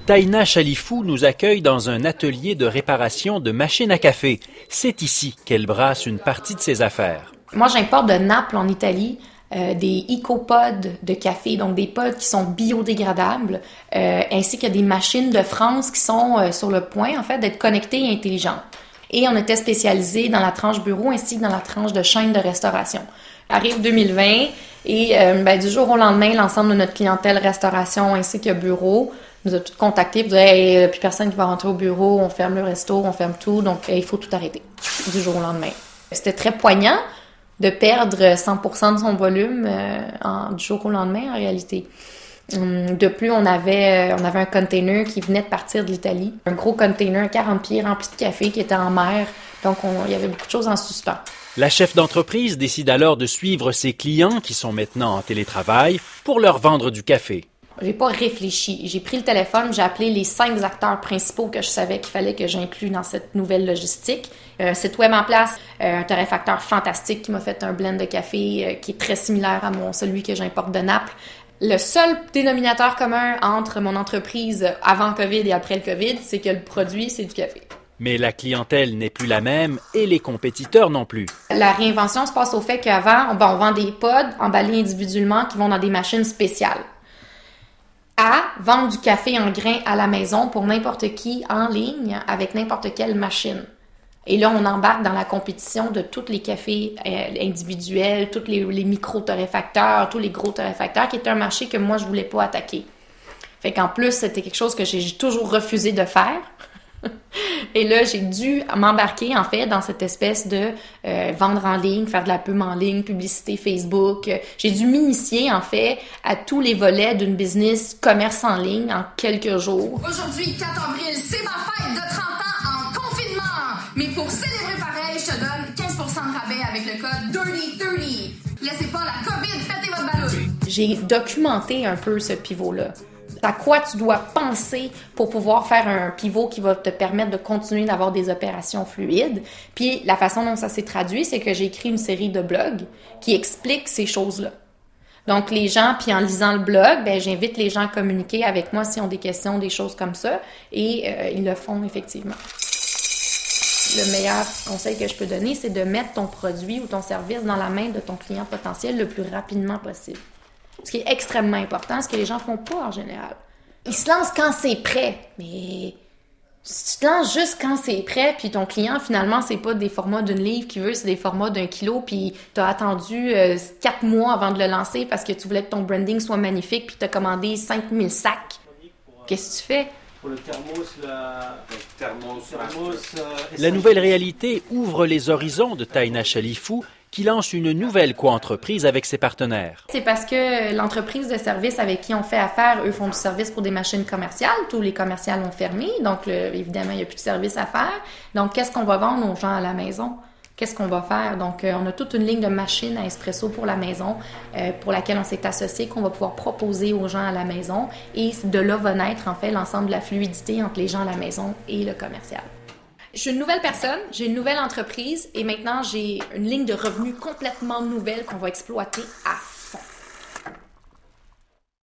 Taina Chalifou nous accueille dans un atelier de réparation de machines à café. C'est ici qu'elle brasse une partie de ses affaires. Moi, j'importe de Naples en Italie des EcoPods de café, donc des pods qui sont biodégradables, ainsi que des machines de France qui sont sur le point, en fait, d'être connectées et intelligentes. Et on était spécialisés dans la tranche bureau ainsi que dans la tranche de chaîne de restauration. Arrive 2020 et du jour au lendemain, l'ensemble de notre clientèle restauration ainsi que bureau nous a tous contactés pour dire hey, plus personne qui va rentrer au bureau, on ferme le resto, on ferme tout, donc il faut tout arrêter du jour au lendemain. C'était très poignant de perdre 100% de son volume du jour au lendemain en réalité. De plus, on avait un container qui venait de partir de l'Italie, un gros container 40 pieds rempli de café qui était en mer, donc il y avait beaucoup de choses en suspens. La chef d'entreprise décide alors de suivre ses clients qui sont maintenant en télétravail pour leur vendre du café. J'ai pas réfléchi. J'ai pris le téléphone, j'ai appelé les 5 acteurs principaux que je savais qu'il fallait que j'inclue dans cette nouvelle logistique. Un site web en place, un torréfacteur fantastique qui m'a fait un blend de café qui est très similaire à celui que j'importe de Naples. Le seul dénominateur commun entre mon entreprise avant COVID et après le COVID, c'est que le produit, c'est du café. Mais la clientèle n'est plus la même et les compétiteurs non plus. La réinvention se passe au fait qu'avant, on vend des pods emballés individuellement qui vont dans des machines spéciales. À vendre du café en grains à la maison pour n'importe qui en ligne avec n'importe quelle machine. Et là, on embarque dans la compétition de tous les cafés individuels, tous les micro-torréfacteurs, tous les gros torréfacteurs, qui est un marché que moi, je voulais pas attaquer. Fait qu'en plus, c'était quelque chose que j'ai toujours refusé de faire. Et là, j'ai dû m'embarquer, en fait, dans cette espèce de vendre en ligne, faire de la pub en ligne, publicité Facebook. J'ai dû m'initier, en fait, à tous les volets d'une business commerce en ligne en quelques jours. Aujourd'hui, 4 avril, c'est ma fête de 30 ans en confinement. Mais pour célébrer pareil, je te donne 15% de rabais avec le code DIRTY30. Laissez pas la COVID péter votre ballon. J'ai documenté un peu ce pivot-là. À quoi tu dois penser pour pouvoir faire un pivot qui va te permettre de continuer d'avoir des opérations fluides. Puis la façon dont ça s'est traduit, c'est que j'ai écrit une série de blogs qui expliquent ces choses-là. Donc les gens, puis en lisant le blog, j'invite les gens à communiquer avec moi s'ils ont des questions, des choses comme ça, et ils le font effectivement. Le meilleur conseil que je peux donner, c'est de mettre ton produit ou ton service dans la main de ton client potentiel le plus rapidement possible. Ce qui est extrêmement important, ce que les gens font pas en général. Ils se lancent quand c'est prêt, mais si tu te lances juste quand c'est prêt, puis ton client, finalement, c'est pas des formats d'une livre qu'il veut, c'est des formats d'1 kilo, puis t'as attendu 4 mois avant de le lancer parce que tu voulais que ton branding soit magnifique, puis t'as commandé 5000 sacs. Qu'est-ce que tu fais? Pour le thermos, La nouvelle réalité ouvre les horizons de Taina Chalifou, qui lance une nouvelle co-entreprise avec ses partenaires. C'est parce que l'entreprise de service avec qui on fait affaire, eux font du service pour des machines commerciales. Tous les commerciales ont fermé, donc évidemment, il n'y a plus de service à faire. Donc, qu'est-ce qu'on va vendre aux gens à la maison? Qu'est-ce qu'on va faire? Donc, on a toute une ligne de machines à espresso pour la maison, pour laquelle on s'est associé, qu'on va pouvoir proposer aux gens à la maison. Et de là va naître, en fait, l'ensemble de la fluidité entre les gens à la maison et le commercial. Je suis une nouvelle personne, j'ai une nouvelle entreprise et maintenant j'ai une ligne de revenus complètement nouvelle qu'on va exploiter à fond.